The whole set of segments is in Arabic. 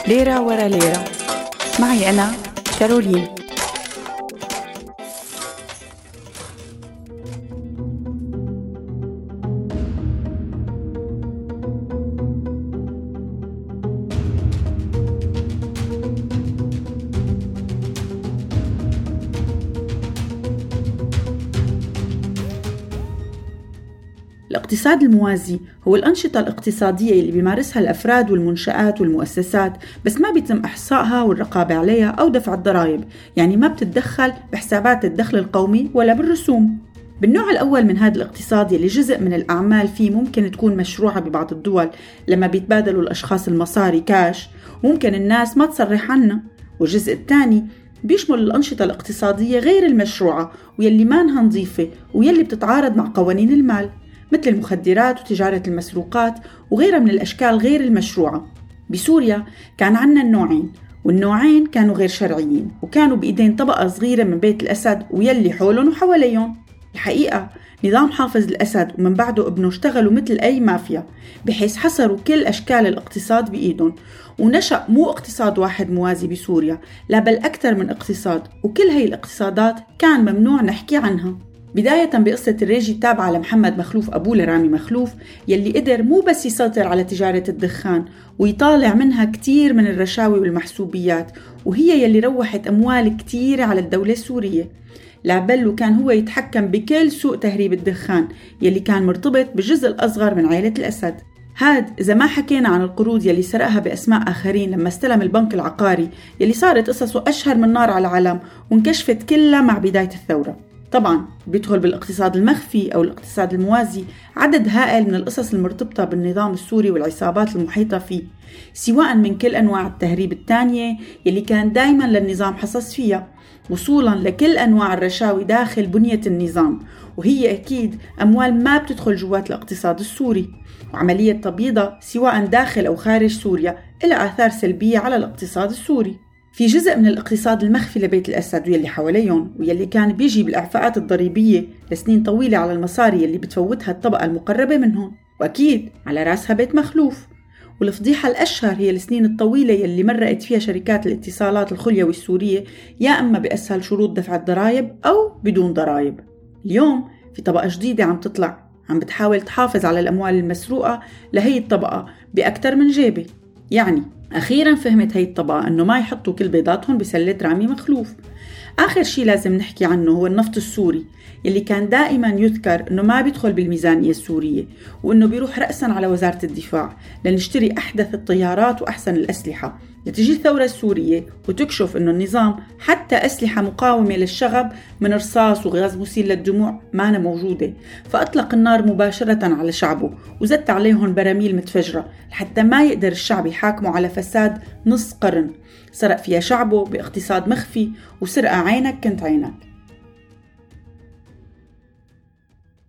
ليرة ورا ليرة، معي أنا كارولين. الاقتصاد الموازي هو الأنشطة الاقتصادية اللي بيمارسها الأفراد والمنشآت والمؤسسات، بس ما بيتم إحصائها والرقابة عليها أو دفع الضرائب، يعني ما بتتدخل بحسابات الدخل القومي ولا بالرسوم. بالنوع الأول من هذا الاقتصاد اللي جزء من الأعمال فيه ممكن تكون مشروعة ببعض الدول لما بيتبادلوا الأشخاص المصاري كاش، وممكن الناس ما تصرح عنها. والجزء الثاني بيشمل الأنشطة الاقتصادية غير المشروعة ويلي مانها نظيفة ويلي بتتعارض مع قوانين المال، مثل المخدرات وتجارة المسروقات وغيرها من الأشكال غير المشروعة. بسوريا كان عنا النوعين، والنوعين كانوا غير شرعيين وكانوا بإيدين طبقة صغيرة من بيت الأسد ويلي حولهم وحواليهم. الحقيقة نظام حافظ الأسد ومن بعده ابنه اشتغلوا مثل أي مافيا، بحيث حصروا كل أشكال الاقتصاد بإيدهم، ونشأ مو اقتصاد واحد موازي بسوريا، لا بل أكثر من اقتصاد، وكل هاي الاقتصادات كان ممنوع نحكي عنها. بداية بقصة الريجي التابعة لمحمد مخلوف أبوه لرامي مخلوف، يلي قدر مو بس يسيطر على تجارة الدخان ويطالع منها كتير من الرشاوي والمحسوبيات، وهي يلي روحت أموال كتير على الدولة السورية، لا بل وكان هو يتحكم بكل سوق تهريب الدخان يلي كان مرتبط بالجزء الأصغر من عائلة الأسد. هاد إذا ما حكينا عن القروض يلي سرقها بأسماء آخرين لما استلم البنك العقاري، يلي صارت قصصه أشهر من نار على العلم وانكشفت كلها مع بداية الثورة. طبعاً بيدخل بالاقتصاد المخفي أو الاقتصاد الموازي عدد هائل من القصص المرتبطة بالنظام السوري والعصابات المحيطة فيه، سواء من كل أنواع التهريب التانية يلي كان دايماً للنظام حصص فيها، وصولاً لكل أنواع الرشاوي داخل بنية النظام، وهي أكيد أموال ما بتدخل جوات الاقتصاد السوري، وعملية تبييضها سواء داخل أو خارج سوريا إلى آثار سلبية على الاقتصاد السوري. في جزء من الاقتصاد المخفي لبيت الأسد ويلي حواليهم ويلي كان بيجي بالإعفاءات الضريبية لسنين طويلة على المصاري يلي بتفوتها الطبقة المقربة منهم، وأكيد على رأسها بيت مخلوف. والفضيحة الأشهر هي السنين الطويلة يلي مرقت فيها شركات الاتصالات الخليوي السورية، يا أما بأسهل شروط دفع الضرائب أو بدون ضرائب. اليوم في طبقة جديدة عم تطلع، عم بتحاول تحافظ على الأموال المسروقة لهي الطبقة بأكتر من جيبة. يعني أخيراً فهمت هاي الطبقة أنه ما يحطوا كل بيضاتهم بسلة رامي مخلوف. آخر شي لازم نحكي عنه هو النفط السوري يلي كان دائماً يذكر أنه ما بيدخل بالميزانية السورية، وأنه بيروح رأساً على وزارة الدفاع لنشتري أحدث الطيارات وأحسن الأسلحة، لتجي الثورة السورية وتكشف أنه النظام حتى أسلحة مقاومة للشغب من رصاص وغاز مسيل للدموع مانا موجودة، فأطلق النار مباشرة على شعبه وزت عليهم براميل متفجرة لحتى ما يقدر الشعب يحاكمه على فساد نص قرن سرق فيها شعبه باقتصاد مخفي وسرقة عينك كنت عينك.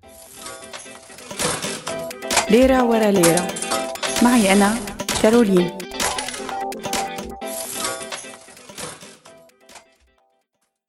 ليرة ورا ليرة، معي أنا كارولين.